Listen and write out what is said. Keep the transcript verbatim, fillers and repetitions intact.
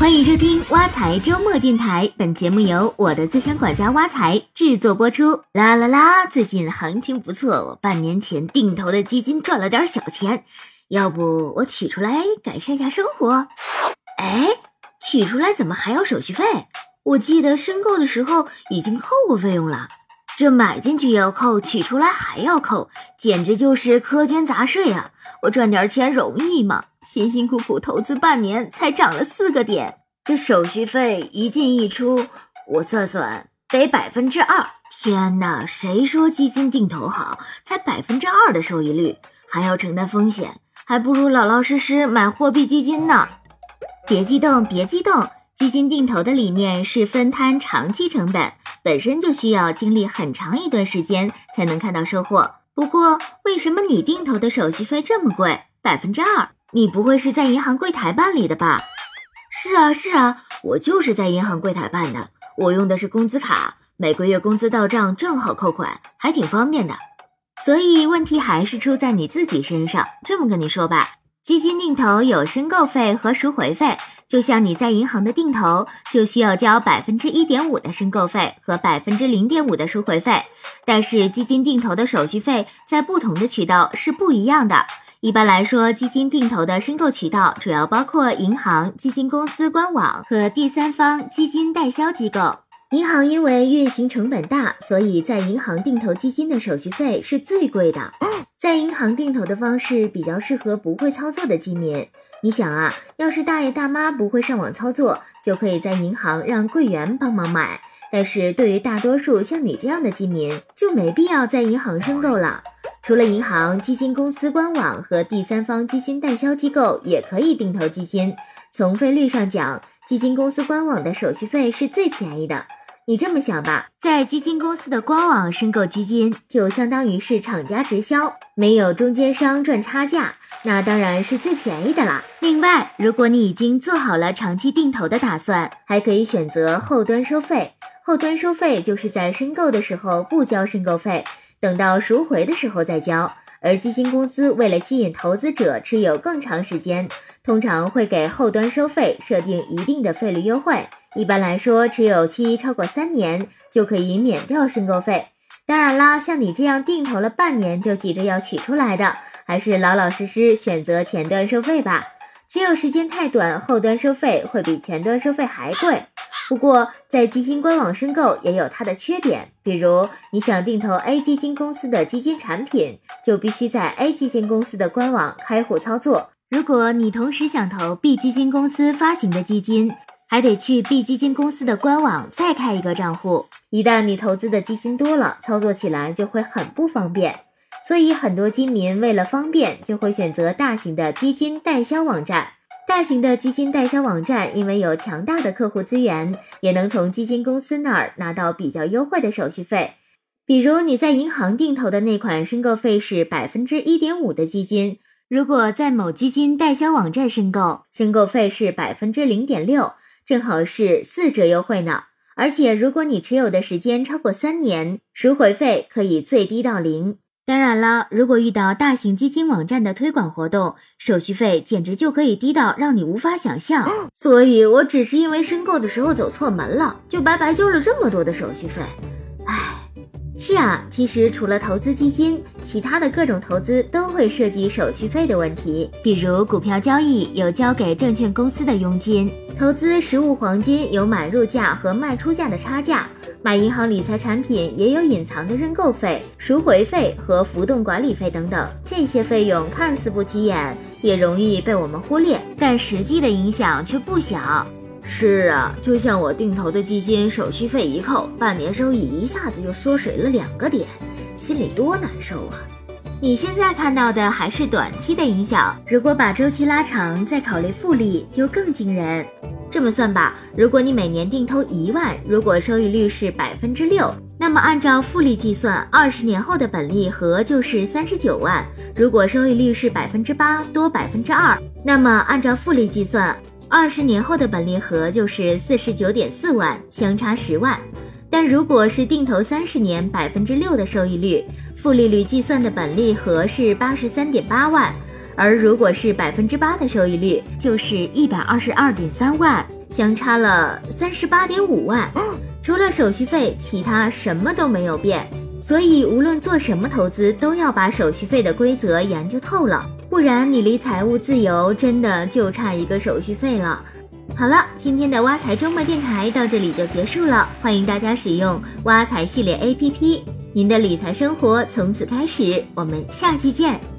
欢迎收听挖财周末电台，本节目由我的资深管家挖财制作播出。啦啦啦，最近行情不错，我半年前定投的基金赚了点小钱，要不我取出来改善一下生活？哎，取出来怎么还要手续费？我记得申购的时候已经扣过费用了，这买进去也要扣，取出来还要扣，简直就是苛捐杂税啊！我赚点钱容易吗？辛辛苦苦投资半年才涨了四个点，这手续费一进一出，我算算得百分之二。天哪，谁说基金定投好？才百分之二的收益率，还要承担风险，还不如老老实实买货币基金呢。别激动，别激动，基金定投的理念是分摊长期成本，本身就需要经历很长一段时间才能看到收获。不过，为什么你定投的手续费这么贵？百分之二？你不会是在银行柜台办理的吧？是啊是啊，我就是在银行柜台办的，我用的是工资卡，每个月工资到账正好扣款，还挺方便的。所以问题还是出在你自己身上。这么跟你说吧，基金定投有申购费和赎回费，就像你在银行的定投就需要交 百分之一点五 的申购费和 百分之零点五 的赎回费，但是基金定投的手续费在不同的渠道是不一样的。一般来说，基金定投的申购渠道主要包括银行、基金公司官网和第三方基金代销机构。银行因为运行成本大，所以在银行定投基金的手续费是最贵的。在银行定投的方式比较适合不会操作的基民。你想啊，要是大爷大妈不会上网操作，就可以在银行让柜员帮忙买。但是对于大多数像你这样的基民，就没必要在银行申购了。除了银行、基金公司官网和第三方基金代销机构也可以定投基金。从费率上讲，基金公司官网的手续费是最便宜的。你这么想吧，在基金公司的官网申购基金，就相当于是厂家直销，没有中间商赚差价，那当然是最便宜的啦。另外，如果你已经做好了长期定投的打算，还可以选择后端收费。后端收费就是在申购的时候不交申购费，等到赎回的时候再交。而基金公司为了吸引投资者持有更长时间，通常会给后端收费设定一定的费率优惠。一般来说，持有期超过三年就可以免掉申购费。当然啦，像你这样定投了半年就急着要取出来的，还是老老实实选择前端收费吧。只有时间太短，后端收费会比前端收费还贵。不过，在基金官网申购也有它的缺点，比如你想定投 A 基金公司的基金产品，就必须在 A 基金公司的官网开户操作。如果你同时想投 B 基金公司发行的基金，还得去 B 基金公司的官网再开一个账户。一旦你投资的基金多了，操作起来就会很不方便。所以很多基民为了方便，就会选择大型的基金代销网站。大型的基金代销网站因为有强大的客户资源，也能从基金公司那儿拿到比较优惠的手续费。比如你在银行定投的那款申购费是 百分之一点五 的基金，如果在某基金代销网站申购，申购费是 百分之零点六， 正好是四折优惠呢。而且如果你持有的时间超过三年，赎回费可以最低到零。当然了，如果遇到大型基金网站的推广活动，手续费简直就可以低到让你无法想象。所以我只是因为申购的时候走错门了，就白白交了这么多的手续费。唉，是啊，其实除了投资基金，其他的各种投资都会涉及手续费的问题。比如股票交易有交给证券公司的佣金，投资实物黄金有买入价和卖出价的差价，买银行理财产品也有隐藏的认购费、赎回费和浮动管理费等等。这些费用看似不起眼，也容易被我们忽略，但实际的影响却不小。是啊，就像我定投的基金，手续费一扣，半年收益一下子就缩水了两个点，心里多难受啊！你现在看到的还是短期的影响，如果把周期拉长，再考虑复利，就更惊人。这么算吧，如果你每年定投一万，如果收益率是 百分之六， 那么按照复利计算，二十年后的本利和就是三十九万。如果收益率是 百分之八 多 百分之二， 那么按照复利计算，二十年后的本利和就是四十九点四万，相差十万。但如果是定投三十年 百分之六 的收益率，复利率计算的本利和是八十三点八万，而如果是 百分之八 的收益率，就是一百二十二点三万。 相差了三十八点五万，除了手续费，其他什么都没有变。所以无论做什么投资，都要把手续费的规则研究透了，不然你离财务自由真的就差一个手续费了。好了，今天的挖财周末电台到这里就结束了，欢迎大家使用挖财系列 A P P， 您的理财生活从此开始，我们下期见。